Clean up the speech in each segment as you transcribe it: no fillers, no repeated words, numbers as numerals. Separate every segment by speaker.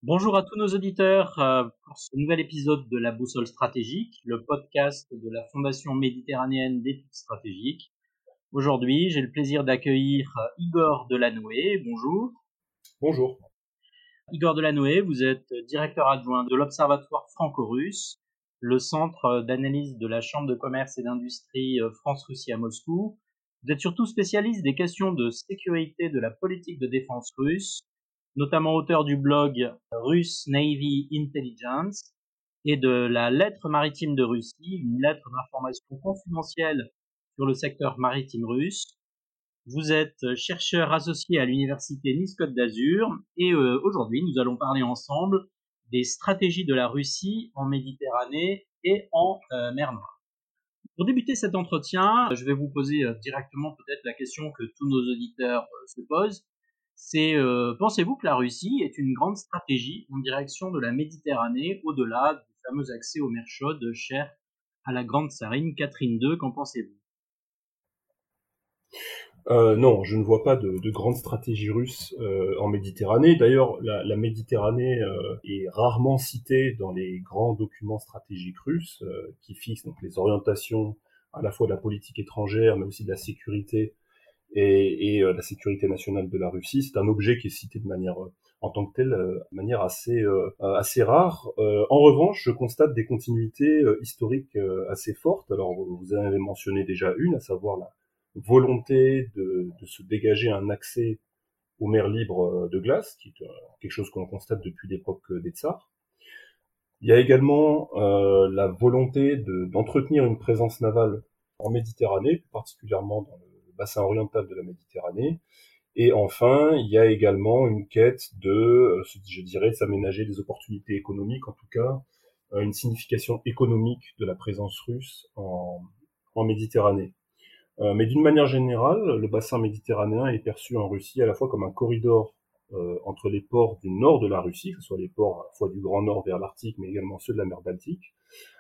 Speaker 1: Bonjour à tous nos auditeurs pour ce nouvel épisode de la Boussole stratégique, le podcast de la Fondation méditerranéenne d'études stratégiques. Aujourd'hui, j'ai le plaisir d'accueillir Igor Delanoë. Bonjour.
Speaker 2: Bonjour.
Speaker 1: Igor Delanoë, vous êtes directeur adjoint de l'Observatoire franco-russe, le centre d'analyse de la Chambre de commerce et d'industrie France-Russie à Moscou. Vous êtes surtout spécialiste des questions de sécurité de la politique de défense russe, notamment auteur du blog Russe Navy Intelligence et de la lettre maritime de Russie, une lettre d'information confidentielle sur le secteur maritime russe. Vous êtes chercheur associé à l'université Nice-Côte d'Azur et aujourd'hui nous allons parler ensemble des stratégies de la Russie en Méditerranée et en mer Noire. Pour débuter cet entretien, je vais vous poser directement peut-être la question que tous nos auditeurs se posent. C'est pensez-vous que la Russie est une grande stratégie en direction de la Méditerranée au-delà du fameux accès aux mers chaudes cher à la grande tsarine Catherine II? Qu'en pensez-vous?
Speaker 2: Non, je ne vois pas de grande stratégie russe en Méditerranée. D'ailleurs, la Méditerranée est rarement citée dans les grands documents stratégiques russes qui fixent donc les orientations à la fois de la politique étrangère, mais aussi de la sécurité et la sécurité nationale de la Russie. C'est un objet qui est cité de manière en tant que tel, de manière assez rare. En revanche, je constate des continuités historiques assez fortes. Alors, vous en avez mentionné déjà une, à savoir la volonté de se dégager un accès aux mers libres de glace, qui est quelque chose qu'on constate depuis l'époque des tsars. Il y a également la volonté d'entretenir une présence navale en Méditerranée, plus particulièrement dans le bassin oriental de la Méditerranée. Et enfin, il y a également une quête je dirais, de s'aménager des opportunités économiques, en tout cas, une signification économique de la présence russe en Méditerranée. Mais d'une manière générale, le bassin méditerranéen est perçu en Russie à la fois comme un corridor entre les ports du nord de la Russie, que ce soit les ports à la fois du Grand Nord vers l'Arctique, mais également ceux de la mer Baltique,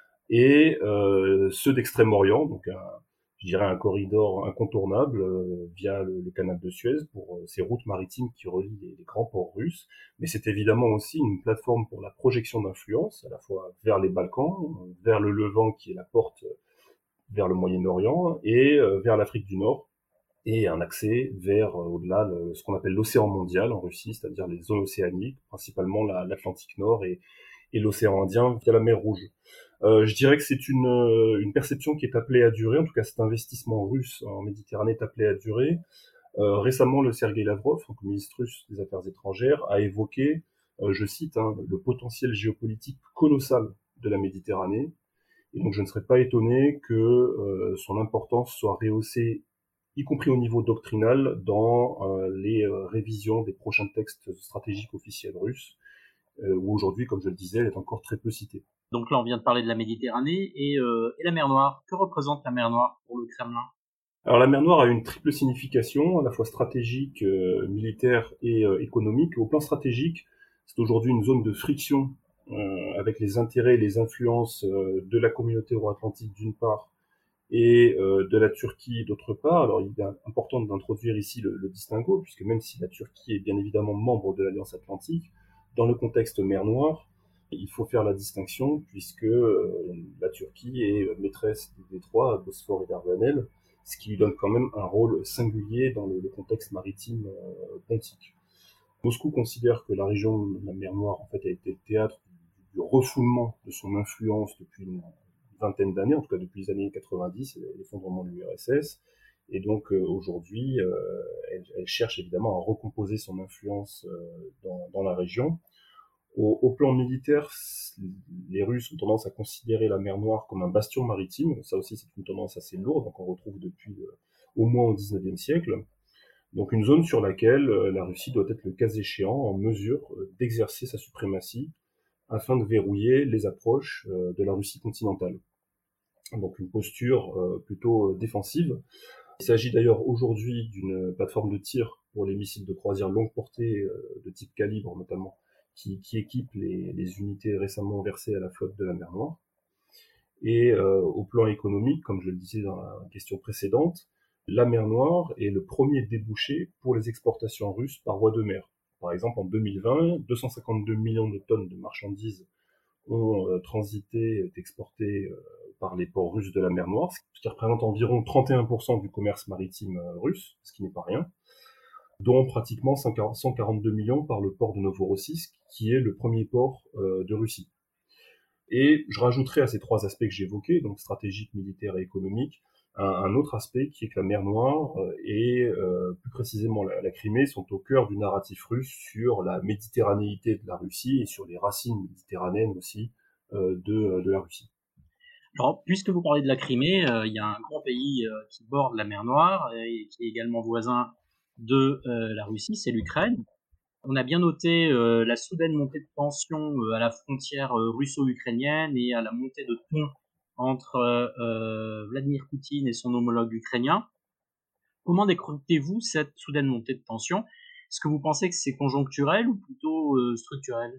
Speaker 2: et ceux d'Extrême-Orient, donc je dirais un corridor incontournable via le canal de Suez pour ces routes maritimes qui relient les grands ports russes, mais c'est évidemment aussi une plateforme pour la projection d'influence, à la fois vers les Balkans, vers le Levant qui est la porte vers le Moyen-Orient et vers l'Afrique du Nord, et un accès vers au-delà ce qu'on appelle l'océan mondial en Russie, c'est-à-dire les zones océaniques, principalement l'Atlantique Nord et l'océan Indien via la mer Rouge. Je dirais que c'est une perception qui est appelée à durer, en tout cas cet investissement russe en Méditerranée est appelé à durer. Récemment, le Sergueï Lavrov, donc le ministre russe des Affaires étrangères, a évoqué, je cite, le potentiel géopolitique colossal de la Méditerranée, et donc je ne serais pas étonné que son importance soit rehaussée, y compris au niveau doctrinal, dans les révisions des prochains textes stratégiques officiels russes, où aujourd'hui, comme je le disais, elle est encore très peu citée.
Speaker 1: Donc là, on vient de parler de la Méditerranée et la mer Noire. Que représente la mer Noire pour le Kremlin?
Speaker 2: Alors la mer Noire a une triple signification, à la fois stratégique, militaire et économique. Au plan stratégique, c'est aujourd'hui une zone de friction avec les intérêts et les influences de la communauté euro-atlantique d'une part et de la Turquie d'autre part. Alors il est important d'introduire ici le distinguo, puisque même si la Turquie est bien évidemment membre de l'Alliance Atlantique, dans le contexte mer Noire, il faut faire la distinction, puisque la Turquie est maîtresse des détroits, Bosphore et Dardanelles, ce qui lui donne quand même un rôle singulier dans le contexte maritime pontique. Moscou considère que la région de la mer Noire en fait a été le théâtre du refoulement de son influence depuis une vingtaine d'années, en tout cas depuis les années 90, l'effondrement de l'URSS. Et donc aujourd'hui, elle cherche évidemment à recomposer son influence dans la région. Au plan militaire, les Russes ont tendance à considérer la mer Noire comme un bastion maritime. Ça aussi, c'est une tendance assez lourde, donc on retrouve depuis au moins au XIXe siècle. Donc une zone sur laquelle la Russie doit être le cas échéant en mesure d'exercer sa suprématie afin de verrouiller les approches de la Russie continentale. Donc une posture plutôt défensive. Il s'agit d'ailleurs aujourd'hui d'une plateforme de tir pour les missiles de croisière longue portée de type calibre notamment, qui équipe les unités récemment versées à la flotte de la mer Noire. Et au plan économique, comme je le disais dans la question précédente, la mer Noire est le premier débouché pour les exportations russes par voie de mer. Par exemple, en 2020, 252 millions de tonnes de marchandises ont transité, exporté par les ports russes de la mer Noire, ce qui représente environ 31% du commerce maritime russe, ce qui n'est pas rien, dont pratiquement 142 millions par le port de Novorossiysk, qui est le premier port de Russie. Et je rajouterai à ces trois aspects que j'évoquais, donc stratégique, militaire et économique, un autre aspect qui est que la mer Noire et plus précisément la Crimée sont au cœur du narratif russe sur la méditerranéité de la Russie et sur les racines méditerranéennes aussi de la Russie.
Speaker 1: Alors, puisque vous parlez de la Crimée, il y a un grand pays qui borde la mer Noire et qui est également voisin de la Russie, c'est l'Ukraine. On a bien noté la soudaine montée de tension à la frontière russo-ukrainienne et à la montée de ton entre Vladimir Poutine et son homologue ukrainien. Comment décryptez-vous cette soudaine montée de tension? Est-ce que vous pensez que c'est conjoncturel ou plutôt structurel?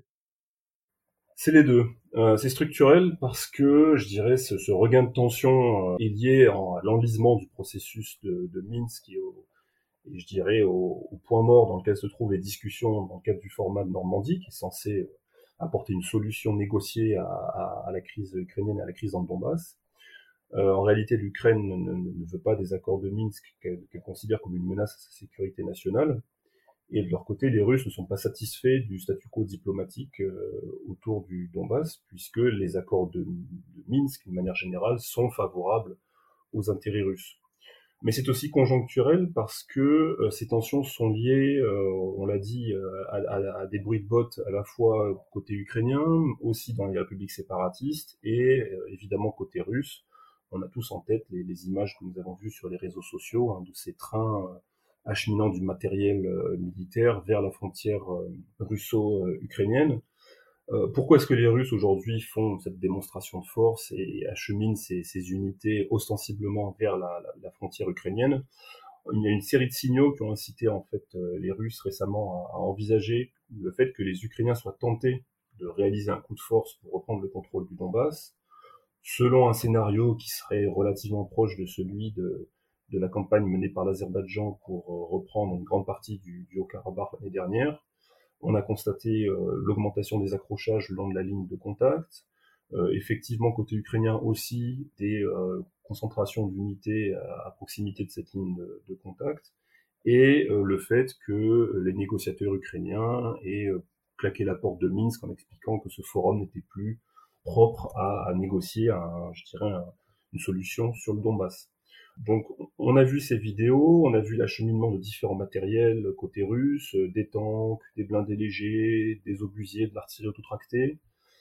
Speaker 2: C'est les deux. C'est structurel parce que, je dirais, ce regain de tension est lié à l'enlisement du processus de Minsk et je dirais au point mort dans lequel se trouvent les discussions dans le cadre du format de Normandie, qui est censé apporter une solution négociée à la crise ukrainienne et à la crise dans le Donbass. En réalité, l'Ukraine ne veut pas des accords de Minsk qu'elle considère comme une menace à sa sécurité nationale. Et de leur côté, les Russes ne sont pas satisfaits du statu quo diplomatique autour du Donbass, puisque les accords de Minsk, d'une manière générale, sont favorables aux intérêts russes. Mais c'est aussi conjoncturel parce que ces tensions sont liées, on l'a dit, à des bruits de bottes à la fois côté ukrainien, aussi dans les républiques séparatistes, et évidemment côté russe. On a tous en tête les images que nous avons vues sur les réseaux sociaux de ces trains acheminant du matériel militaire vers la frontière russo-ukrainienne. Pourquoi est-ce que les Russes aujourd'hui font cette démonstration de force et acheminent ces unités ostensiblement vers la frontière ukrainienne? Il y a une série de signaux qui ont incité en fait les Russes récemment à envisager le fait que les Ukrainiens soient tentés de réaliser un coup de force pour reprendre le contrôle du Donbass, selon un scénario qui serait relativement proche de celui de la campagne menée par l'Azerbaïdjan pour reprendre une grande partie du Haut-Karabakh l'année dernière. On a constaté l'augmentation des accrochages le long de la ligne de contact. Effectivement, côté ukrainien aussi, des concentrations d'unités à proximité de cette ligne de contact. Et le fait que les négociateurs ukrainiens aient claqué la porte de Minsk en expliquant que ce forum n'était plus propre à négocier, une solution sur le Donbass. Donc, on a vu ces vidéos, on a vu l'acheminement de différents matériels côté russe, des tanks, des blindés légers, des obusiers, de l'artillerie autotractée,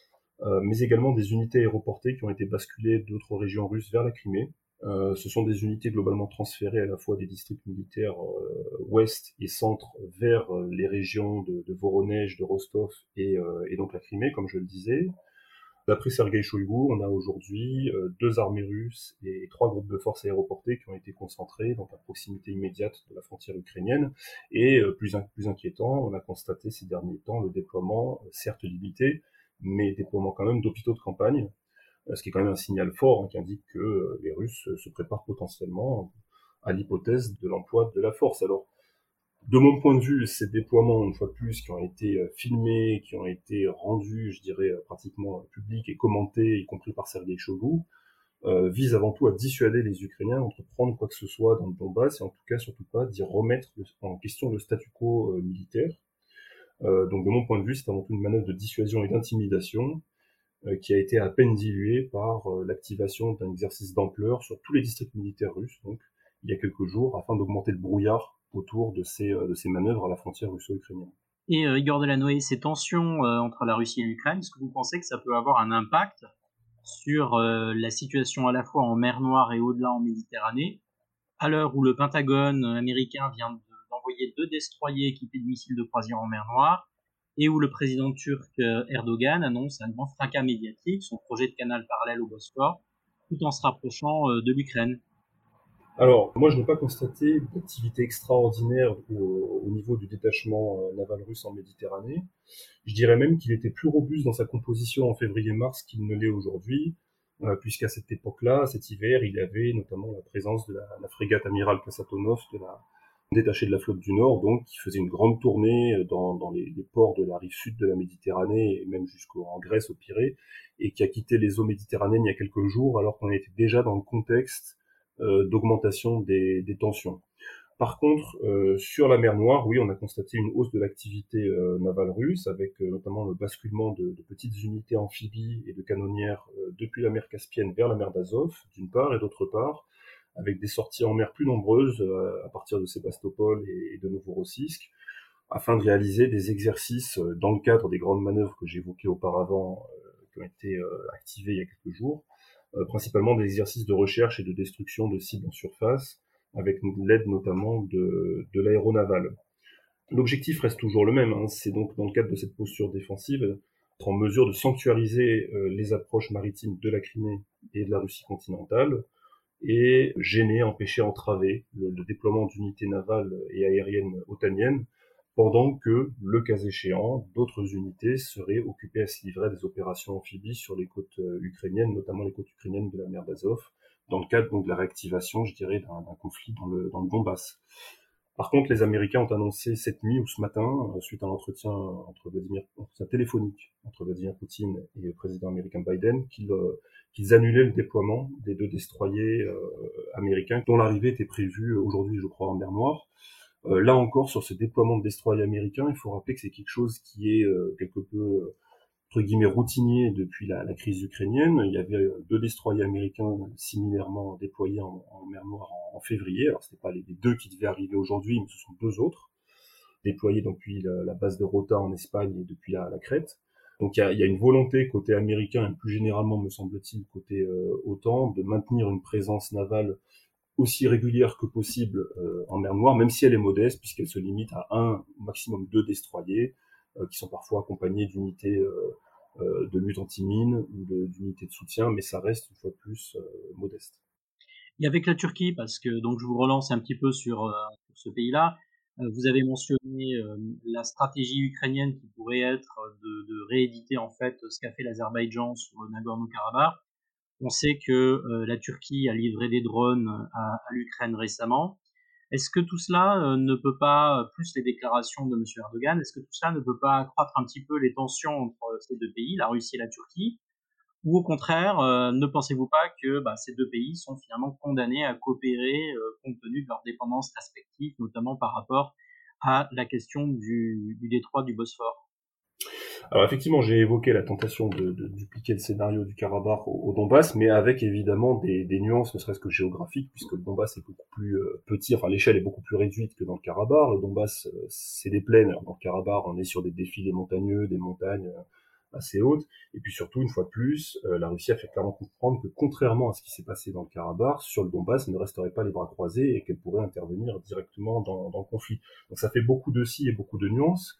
Speaker 2: mais également des unités aéroportées qui ont été basculées d'autres régions russes vers la Crimée. Ce sont des unités globalement transférées à la fois des districts militaires ouest et centre vers les régions de Voronezh, de Rostov et donc la Crimée, comme je le disais. D'après Sergei Shoigu, on a aujourd'hui 2 armées russes et 3 groupes de forces aéroportées qui ont été concentrés donc à proximité immédiate de la frontière ukrainienne. Et plus inquiétant, on a constaté ces derniers temps le déploiement, certes limité, mais déploiement quand même d'hôpitaux de campagne, ce qui est quand même un signal fort qui indique que les Russes se préparent potentiellement à l'hypothèse de l'emploi de la force. Alors, de mon point de vue, ces déploiements, une fois de plus, qui ont été filmés, qui ont été rendus, je dirais, pratiquement publics et commentés, y compris par Sergei Shoigu, visent avant tout à dissuader les Ukrainiens d'entreprendre quoi que ce soit dans le Donbass, et en tout cas, surtout pas d'y remettre en question le statu quo militaire. Donc de mon point de vue, c'est avant tout une manœuvre de dissuasion et d'intimidation qui a été à peine diluée par l'activation d'un exercice d'ampleur sur tous les districts militaires russes, donc il y a quelques jours, afin d'augmenter le brouillard autour de ces manœuvres à la frontière russo-ukrainienne.
Speaker 1: Et Igor Delanoë, ces tensions entre la Russie et l'Ukraine, est-ce que vous pensez que ça peut avoir un impact sur la situation à la fois en mer Noire et au-delà en Méditerranée, à l'heure où le Pentagone américain vient d'envoyer 2 destroyers équipés de missiles de croisière en mer Noire, et où le président turc Erdogan annonce un grand fracas médiatique, son projet de canal parallèle au Bosphore, tout en se rapprochant de l'Ukraine?
Speaker 2: Alors, moi, je n'ai pas constaté d'activité extraordinaire au niveau du détachement naval russe en Méditerranée. Je dirais même qu'il était plus robuste dans sa composition en février-mars qu'il ne l'est aujourd'hui, puisqu'à cette époque-là, cet hiver, il y avait notamment la présence de la frégate amiral Kasatonov détaché de la flotte du Nord, donc qui faisait une grande tournée dans les ports de la rive sud de la Méditerranée et même jusqu'en Grèce, au Pirée, et qui a quitté les eaux méditerranéennes il y a quelques jours alors qu'on était déjà dans le contexte d'augmentation des tensions. Par contre, sur la mer Noire, oui, on a constaté une hausse de l'activité navale russe, avec notamment le basculement de petites unités amphibies et de canonnières depuis la mer Caspienne vers la mer d'Azov, d'une part, et d'autre part, avec des sorties en mer plus nombreuses à partir de Sébastopol et de Novorossiysk, afin de réaliser des exercices dans le cadre des grandes manœuvres que j'évoquais auparavant, qui ont été activées il y a quelques jours, principalement des exercices de recherche et de destruction de cibles en surface, avec l'aide notamment de l'aéronaval. L'objectif reste toujours le même, hein, c'est donc dans le cadre de cette posture défensive, être en mesure de sanctuariser les approches maritimes de la Crimée et de la Russie continentale, et gêner, empêcher, entraver le déploiement d'unités navales et aériennes otaniennes, pendant que, le cas échéant, d'autres unités seraient occupées à se livrer à des opérations amphibies sur les côtes ukrainiennes, notamment les côtes ukrainiennes de la mer d'Azov, dans le cadre donc de la réactivation, je dirais, d'un conflit dans le Donbass. Par contre, les Américains ont annoncé cette nuit ou ce matin, suite à un entretien téléphonique entre Vladimir Poutine et le président américain Biden, qu'ils annulaient le déploiement des 2 destroyers américains, dont l'arrivée était prévue aujourd'hui, je crois, en mer Noire. Là encore, sur ce déploiement de destroyers américains, il faut rappeler que c'est quelque chose qui est quelque peu entre guillemets routinier depuis la crise ukrainienne. Il y avait 2 destroyers américains similairement déployés en mer Noire en février. Alors c'était pas les 2 qui devaient arriver aujourd'hui, mais ce sont 2 autres déployés depuis la base de Rota en Espagne et depuis la Crète. Donc il y a une volonté côté américain et plus généralement, me semble-t-il, côté OTAN, de maintenir une présence navale aussi régulière que possible en mer Noire, même si elle est modeste, puisqu'elle se limite à 1, maximum 2 destroyers, qui sont parfois accompagnés d'unités de lutte anti-mine ou d'unités de soutien, mais ça reste une fois de plus modeste.
Speaker 1: Et avec la Turquie, parce que donc je vous relance un petit peu sur ce pays-là, vous avez mentionné la stratégie ukrainienne qui pourrait être de rééditer en fait ce qu'a fait l'Azerbaïdjan sur le Nagorno-Karabakh. On sait que la Turquie a livré des drones à l'Ukraine récemment. Est-ce que tout cela ne peut pas, plus les déclarations de M. Erdogan, est-ce que tout cela ne peut pas accroître un petit peu les tensions entre ces 2 pays, la Russie et la Turquie? Ou au contraire, ne pensez-vous pas que ces 2 pays sont finalement condamnés à coopérer compte tenu de leurs dépendances respectives, notamment par rapport à la question du détroit du Bosphore?
Speaker 2: Alors effectivement, j'ai évoqué la tentation de dupliquer le scénario du Karabakh au Donbass, mais avec évidemment des nuances, ne serait-ce que géographiques, puisque le Donbass est beaucoup plus petit, enfin l'échelle est beaucoup plus réduite que dans le Karabakh. Le Donbass, c'est des plaines. Alors, dans le Karabakh, on est sur des défilés montagneux, des montagnes assez hautes, et puis surtout, une fois de plus, la Russie a fait clairement comprendre que contrairement à ce qui s'est passé dans le Karabakh, sur le Donbass, elle ne resterait pas les bras croisés et qu'elle pourrait intervenir directement dans le conflit. Donc ça fait beaucoup de si et beaucoup de nuances.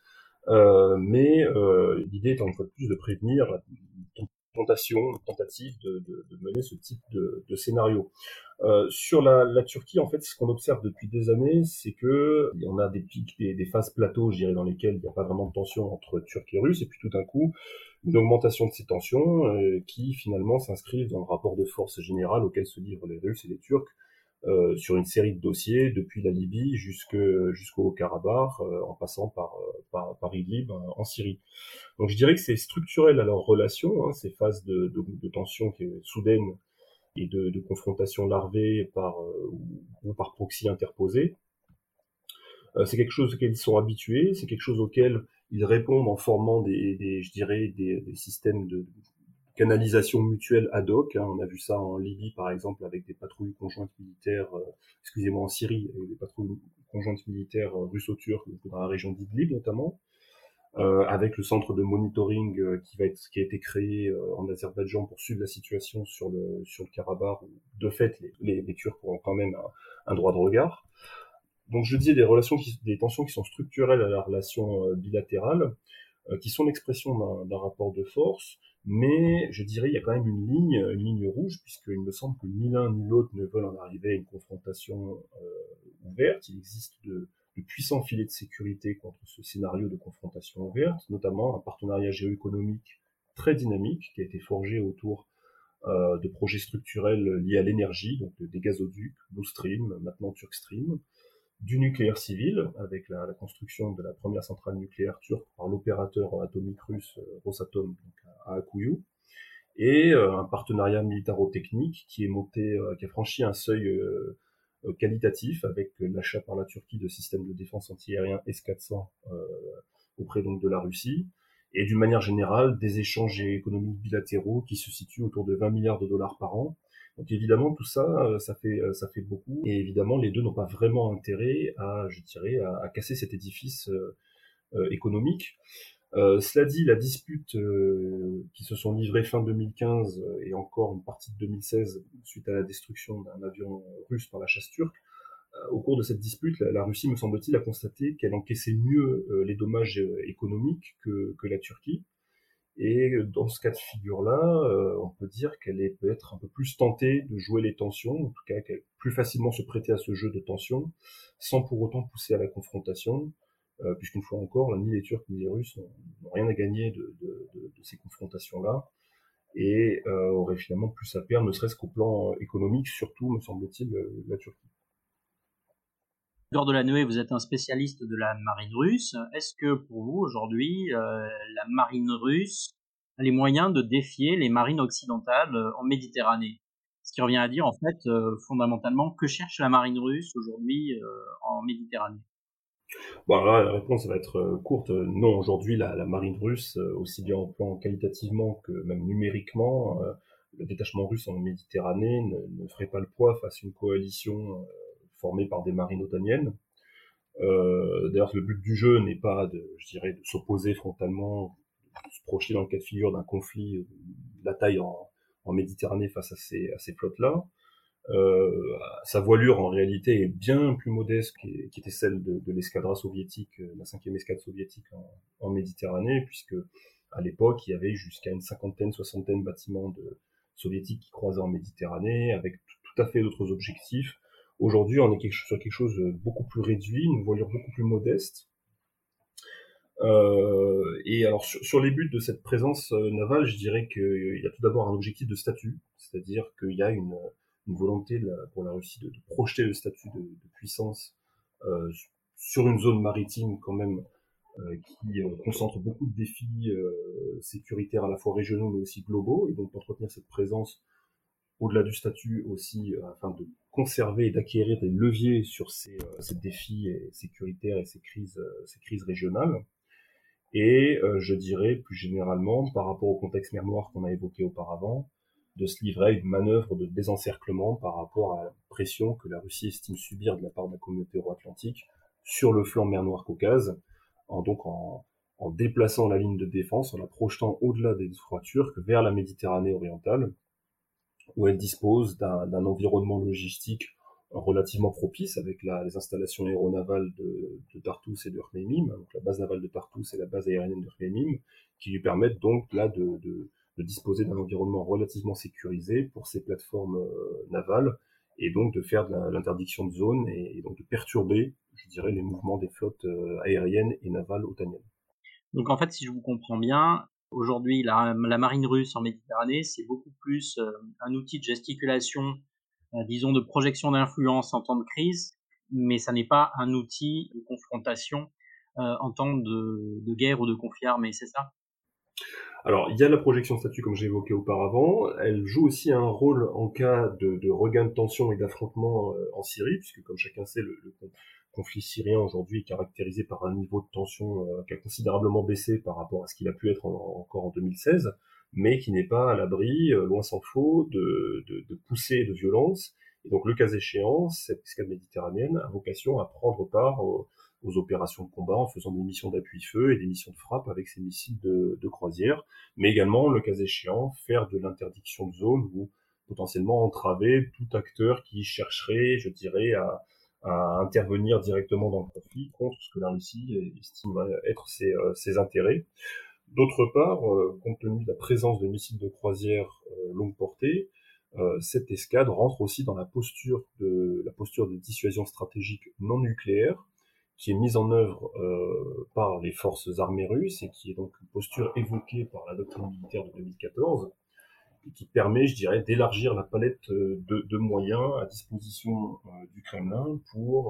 Speaker 2: Mais l'idée étant une fois de plus de prévenir la tentative de mener ce type de scénario. Sur la Turquie, en fait, ce qu'on observe depuis des années, c'est que on a des pics, des phases plateaux, je dirais, dans lesquelles il n'y a pas vraiment de tension entre Turcs et Russes, et puis tout d'un coup, une augmentation de ces tensions qui finalement s'inscrivent dans le rapport de force général auquel se livrent les Russes et les Turcs sur une série de dossiers, depuis la Libye jusqu'au Karabakh, en passant par Idlib en Syrie. Donc je dirais que c'est structurel à leur relation, hein, ces phases de tension qui est soudaine et de confrontation larvée ou par proxy interposé. C'est quelque chose auquel ils sont habitués, c'est quelque chose auquel ils répondent en formant je dirais, des systèmes de canalisation mutuelle ad hoc. Hein. On a vu ça en Libye, par exemple, avec des patrouilles conjointes militaires, en Syrie, avec des patrouilles conjointes militaires russo-turques dans la région d'Idlib notamment, avec le centre de monitoring qui a été créé en Azerbaïdjan pour suivre la situation sur le Karabakh, où de fait les Turcs auront quand même un droit de regard. Donc je disais des tensions qui sont structurelles à la relation bilatérale, qui sont l'expression d'un rapport de force, mais je dirais il y a quand même une ligne rouge, puisqu'il me semble que ni l'un ni l'autre ne veulent en arriver à une confrontation ouverte. Il existe de puissants filets de sécurité contre ce scénario de confrontation ouverte, notamment un partenariat géoéconomique très dynamique qui a été forgé autour de projets structurels liés à l'énergie, donc des gazoducs, Blue Stream, maintenant Turkstream, du nucléaire civil, avec la construction de la première centrale nucléaire turque par l'opérateur atomique russe Rosatom donc à Akuyu, et un partenariat militaro-technique qui qui a franchi un seuil qualitatif avec l'achat par la Turquie de systèmes de défense antiaérien S-400 auprès donc de la Russie, et d'une manière générale des échanges économiques bilatéraux qui se situent autour de 20 milliards de dollars par an. Donc évidemment tout ça, ça fait beaucoup, et évidemment les deux n'ont pas vraiment intérêt à casser cet édifice économique. Cela dit, la dispute qui se sont livrées fin 2015 et encore une partie de 2016 suite à la destruction d'un avion russe par la chasse turque, au cours de cette dispute, la Russie, me semble-t-il, a constaté qu'elle encaissait mieux les dommages économiques que la Turquie. Et dans ce cas de figure-là, on peut dire qu'elle est peut-être un peu plus tentée de jouer les tensions, en tout cas qu'elle peut plus facilement se prêter à ce jeu de tensions, sans pour autant pousser à la confrontation, puisqu'une fois encore, ni les Turcs ni les Russes n'ont rien à gagner de ces confrontations-là, et auraient finalement plus à perdre, ne serait-ce qu'au plan économique, surtout, me semble-t-il, la Turquie.
Speaker 1: Igor Delanoë, vous êtes un spécialiste de la marine russe. Est-ce que pour vous, aujourd'hui, la marine russe a les moyens de défier les marines occidentales en Méditerranée? Ce qui revient à dire, en fait, fondamentalement, que cherche la marine russe aujourd'hui en Méditerranée?
Speaker 2: Bon, là, la réponse va être courte. Non, aujourd'hui, la marine russe, aussi bien en plan qualitativement que même numériquement, le détachement russe en Méditerranée ne ferait pas le poids face à une coalition formée par des marines otaniennes. D'ailleurs, le but du jeu n'est pas de s'opposer frontalement, de se projeter dans le cas de figure d'un conflit de la taille en Méditerranée face à ces flottes-là. Sa voilure en réalité est bien plus modeste qui était celle de l'escadra soviétique, la 5e escadre soviétique en Méditerranée, puisque à l'époque il y avait jusqu'à une cinquantaine, soixantaine bâtiments soviétiques qui croisaient en Méditerranée, avec tout à fait d'autres objectifs. Aujourd'hui, on est sur quelque chose de beaucoup plus réduit, une voilure beaucoup plus modeste. Et alors sur les buts de cette présence navale, je dirais qu'il y a tout d'abord un objectif de statut, c'est-à-dire qu'il y a une volonté pour la Russie de projeter le statut de puissance sur une zone maritime quand même qui concentre beaucoup de défis sécuritaires à la fois régionaux mais aussi globaux, et donc d'entretenir cette présence au-delà du statut aussi afin de conserver et d'acquérir des leviers sur ces défis sécuritaires et ces crises régionales. Et je dirais plus généralement, par rapport au contexte mer Noire qu'on a évoqué auparavant, de se livrer à une manœuvre de désencerclement par rapport à la pression que la Russie estime subir de la part de la communauté euro-atlantique sur le flanc mer Noire-Caucase, en déplaçant la ligne de défense, en la projetant au-delà des frontières turques vers la Méditerranée orientale, où elle dispose d'un environnement logistique relativement propice avec les installations aéronavales de Tartus et de Khmeimim, donc la base navale de Tartus et la base aérienne de Khmeimim, qui lui permettent donc là de disposer d'un environnement relativement sécurisé pour ces plateformes navales, et donc de faire de l'interdiction de zone et donc de perturber, je dirais, les mouvements des flottes aériennes et navales otaniennes.
Speaker 1: Donc en fait, si je vous comprends bien, aujourd'hui, la marine russe en Méditerranée, c'est beaucoup plus un outil de gesticulation, disons de projection d'influence en temps de crise, mais ça n'est pas un outil de confrontation en temps de guerre ou de conflit armé, c'est ça?
Speaker 2: Alors, il y a la projection de statut, comme j'ai évoqué auparavant. Elle joue aussi un rôle en cas de regain de tension et d'affrontement en Syrie, puisque comme chacun sait, le conflit syrien aujourd'hui est caractérisé par un niveau de tension qui a considérablement baissé par rapport à ce qu'il a pu être encore en 2016, mais qui n'est pas à l'abri, loin s'en faut, de poussées et de violence. Et donc, le cas échéant, cette escadre méditerranéenne a vocation à prendre part aux opérations de combat en faisant des missions d'appui-feu et des missions de frappe avec ses missiles de croisière, mais également, le cas échéant, faire de l'interdiction de zone ou potentiellement entraver tout acteur qui chercherait, je dirais, à intervenir directement dans le conflit contre ce que la Russie estime être ses intérêts. D'autre part, compte tenu de la présence de missiles de croisière longue portée, cette escadre rentre aussi dans la posture de dissuasion stratégique non nucléaire, qui est mise en œuvre par les forces armées russes et qui est donc une posture évoquée par la doctrine militaire de 2014 et qui permet, je dirais, d'élargir la palette de moyens à disposition du Kremlin pour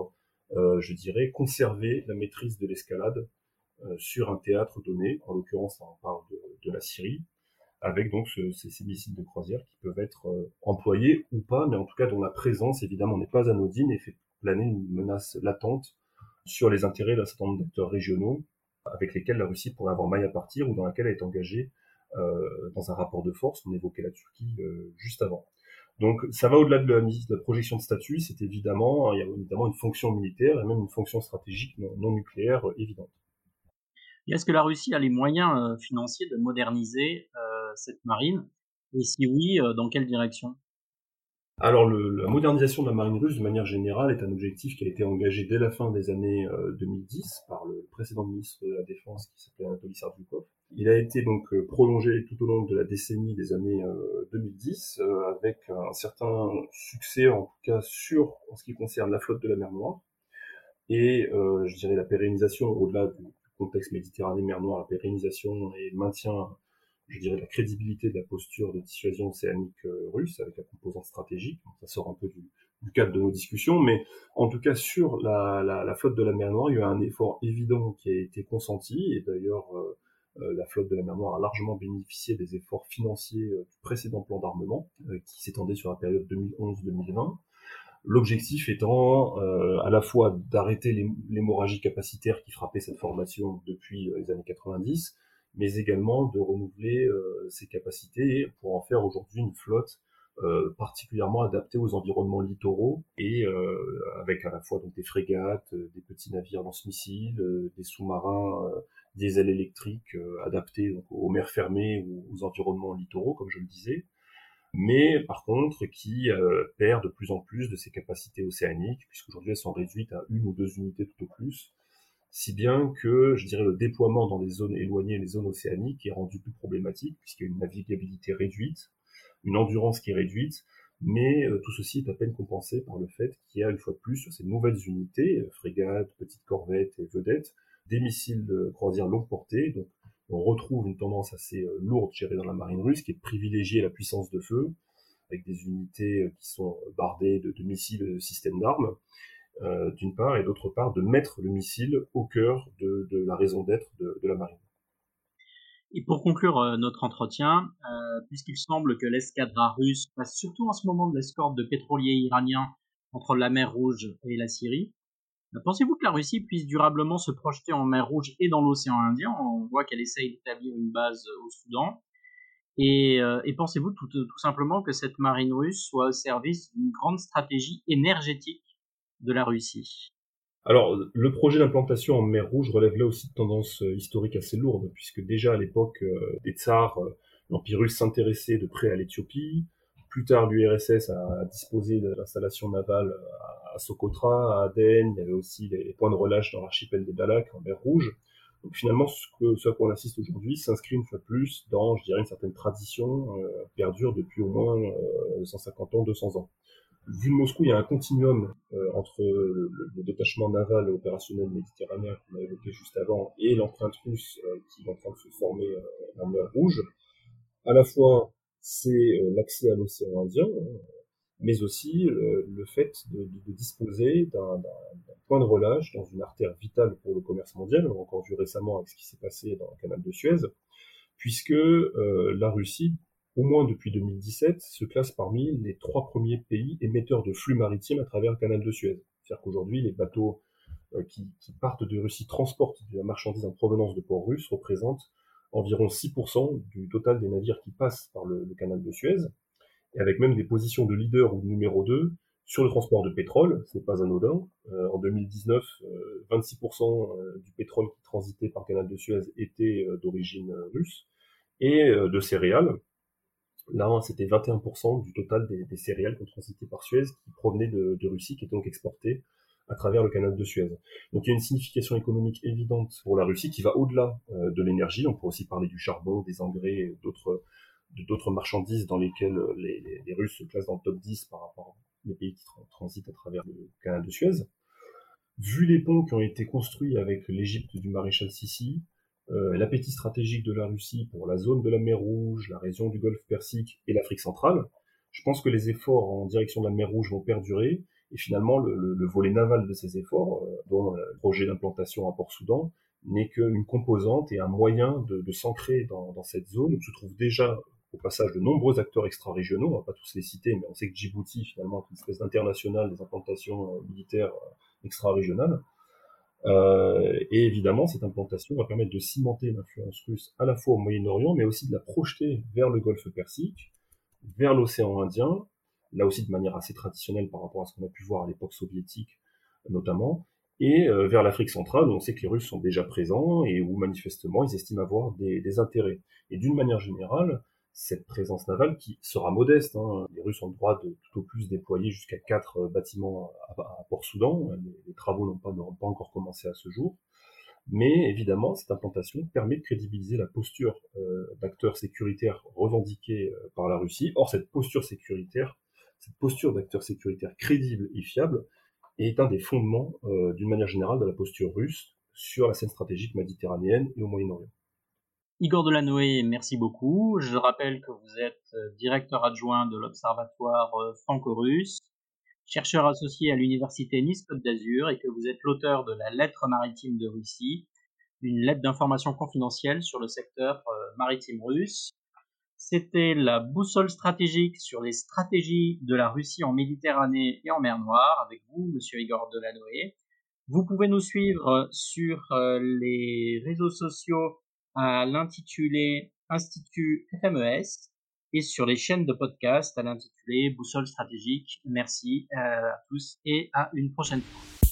Speaker 2: je dirais, conserver la maîtrise de l'escalade sur un théâtre donné. En l'occurrence, on parle de la Syrie, avec donc ces missiles de croisière qui peuvent être employés ou pas, mais en tout cas dont la présence évidemment n'est pas anodine et fait planer une menace latente sur les intérêts d'un certain nombre d'acteurs régionaux avec lesquels la Russie pourrait avoir maille à partir ou dans laquelle elle est engagée dans un rapport de force. On évoquait la Turquie juste avant. Donc ça va au-delà de la projection de statut, il y a évidemment une fonction militaire et même une fonction stratégique non nucléaire évidente.
Speaker 1: Et est-ce que la Russie a les moyens financiers de moderniser cette marine? Et si oui, dans quelle direction?
Speaker 2: Alors la modernisation de la marine russe, de manière générale, est un objectif qui a été engagé dès la fin des années 2010 par le précédent ministre de la Défense qui s'appelait Anatoly Sardjoukov. Il a été donc prolongé tout au long de la décennie des années 2010 avec un certain succès, en tout cas en ce qui concerne la flotte de la mer Noire et je dirais la pérennisation au-delà du contexte Méditerranée-mer Noire, la pérennisation et le maintien, je dirais, de la crédibilité de la posture de dissuasion océanique russe avec la composante stratégique. Donc, ça sort un peu du cadre de nos discussions, mais en tout cas sur la flotte de la mer Noire, il y a eu un effort évident qui a été consenti, et d'ailleurs la flotte de la mer Noire a largement bénéficié des efforts financiers du précédent plan d'armement, qui s'étendait sur la période 2011-2020. L'objectif étant à la fois d'arrêter l'hémorragie capacitaire qui frappait cette formation depuis les années 90, mais également de renouveler ses capacités pour en faire aujourd'hui une flotte particulièrement adaptée aux environnements littoraux et avec à la fois donc des frégates, des petits navires lance-missiles, des sous-marins diesel électriques adaptés donc, aux mers fermées ou aux environnements littoraux, comme je le disais, mais par contre qui perd de plus en plus de ses capacités océaniques, puisqu'aujourd'hui elles sont réduites à une ou deux unités tout au plus, si bien que, je dirais, le déploiement dans les zones éloignées, les zones océaniques, est rendu plus problématique, puisqu'il y a une navigabilité réduite, une endurance qui est réduite, mais tout ceci est à peine compensé par le fait qu'il y a une fois de plus sur ces nouvelles unités, frégates, petites corvettes et vedettes, des missiles de croisière longue portée, donc on retrouve une tendance assez lourde gérée dans la marine russe, qui est de privilégier la puissance de feu, avec des unités qui sont bardées de missiles de systèmes d'armes, d'une part, et d'autre part, de mettre le missile au cœur de la raison d'être de la marine.
Speaker 1: Et pour conclure notre entretien, puisqu'il semble que l'escadra russe passe surtout en ce moment de l'escorte de pétroliers iraniens entre la mer Rouge et la Syrie, pensez-vous que la Russie puisse durablement se projeter en mer Rouge et dans l'océan Indien? On voit qu'elle essaye d'établir une base au Soudan. Et pensez-vous tout simplement que cette marine russe soit au service d'une grande stratégie énergétique de la Russie?
Speaker 2: Alors, le projet d'implantation en mer Rouge relève là aussi de tendances historiques assez lourdes, puisque déjà à l'époque des tsars, l'Empire russe s'intéressait de près à l'Éthiopie. Plus tard, l'URSS a disposé de l'installation navale à Socotra, à Aden. Il y avait aussi les points de relâche dans l'archipel des Dahlak en mer Rouge. Donc finalement, ce à quoi on assiste aujourd'hui s'inscrit une fois de plus dans, je dirais, une certaine tradition qui perdure depuis au moins 150 ans, 200 ans. Vu de Moscou, il y a un continuum entre le détachement naval opérationnel méditerranéen qu'on a évoqué juste avant et l'empreinte russe qui est en train de se former en mer Rouge. À la fois, c'est l'accès à l'océan Indien, mais aussi le fait de disposer d'un point de relâche dans une artère vitale pour le commerce mondial. On l'a encore vu récemment avec ce qui s'est passé dans le canal de Suez, puisque la Russie, au moins depuis 2017, se classe parmi les 3 premiers pays émetteurs de flux maritimes à travers le canal de Suez. C'est-à-dire qu'aujourd'hui, les bateaux qui partent de Russie transportent de la marchandise en provenance de ports russes représentent environ 6% du total des navires qui passent par le canal de Suez, et avec même des positions de leader ou de numéro 2 sur le transport de pétrole, ce n'est pas anodin. En 2019, 26% du pétrole qui transitait par le canal de Suez était d'origine russe, et de céréales. Là, c'était 21% du total des céréales qui ont transité par Suez qui provenaient de Russie, qui étaient donc exportées à travers le canal de Suez. Donc il y a une signification économique évidente pour la Russie qui va au-delà de l'énergie. On peut aussi parler du charbon, des engrais, et d'autres marchandises dans lesquelles les Russes se classent dans le top 10 par rapport aux pays qui transitent à travers le canal de Suez. Vu les ponts qui ont été construits avec l'Égypte du maréchal Sissi, l'appétit stratégique de la Russie pour la zone de la mer Rouge, la région du Golfe Persique et l'Afrique centrale, je pense que les efforts en direction de la mer Rouge vont perdurer, Et finalement, le volet naval de ces efforts, dont le projet d'implantation à Port-Soudan, n'est qu'une composante et un moyen de s'ancrer dans cette zone où se trouvent déjà au passage de nombreux acteurs extra-régionaux, on va pas tous les citer, mais on sait que Djibouti, finalement, est une espèce d'international des implantations militaires extra-régionales. Et évidemment, cette implantation va permettre de cimenter l'influence russe à la fois au Moyen-Orient, mais aussi de la projeter vers le Golfe Persique, vers l'océan Indien, là aussi de manière assez traditionnelle par rapport à ce qu'on a pu voir à l'époque soviétique notamment, et vers l'Afrique centrale, où on sait que les Russes sont déjà présents et où manifestement ils estiment avoir des intérêts. Et d'une manière générale, cette présence navale qui sera modeste, hein, les Russes ont le droit de tout au plus déployer jusqu'à 4 bâtiments à Port-Soudan, les travaux n'auront pas encore commencé à ce jour, mais évidemment, cette implantation permet de crédibiliser la posture d'acteurs sécuritaires revendiquée par la Russie. Or, cette posture d'acteur sécuritaire crédible et fiable est un des fondements, d'une manière générale, de la posture russe sur la scène stratégique méditerranéenne et au Moyen-Orient.
Speaker 1: Igor Delanoë, merci beaucoup. Je rappelle que vous êtes directeur adjoint de l'Observatoire franco-russe, chercheur associé à l'université Nice-Côte d'Azur et que vous êtes l'auteur de la lettre maritime de Russie, une lettre d'information confidentielle sur le secteur maritime russe. C'était la boussole stratégique sur les stratégies de la Russie en Méditerranée et en mer Noire avec vous, monsieur Igor Delanoë. Vous pouvez nous suivre sur les réseaux sociaux à l'intitulé Institut FMES et sur les chaînes de podcast à l'intitulé Boussole stratégique. Merci à tous et à une prochaine fois.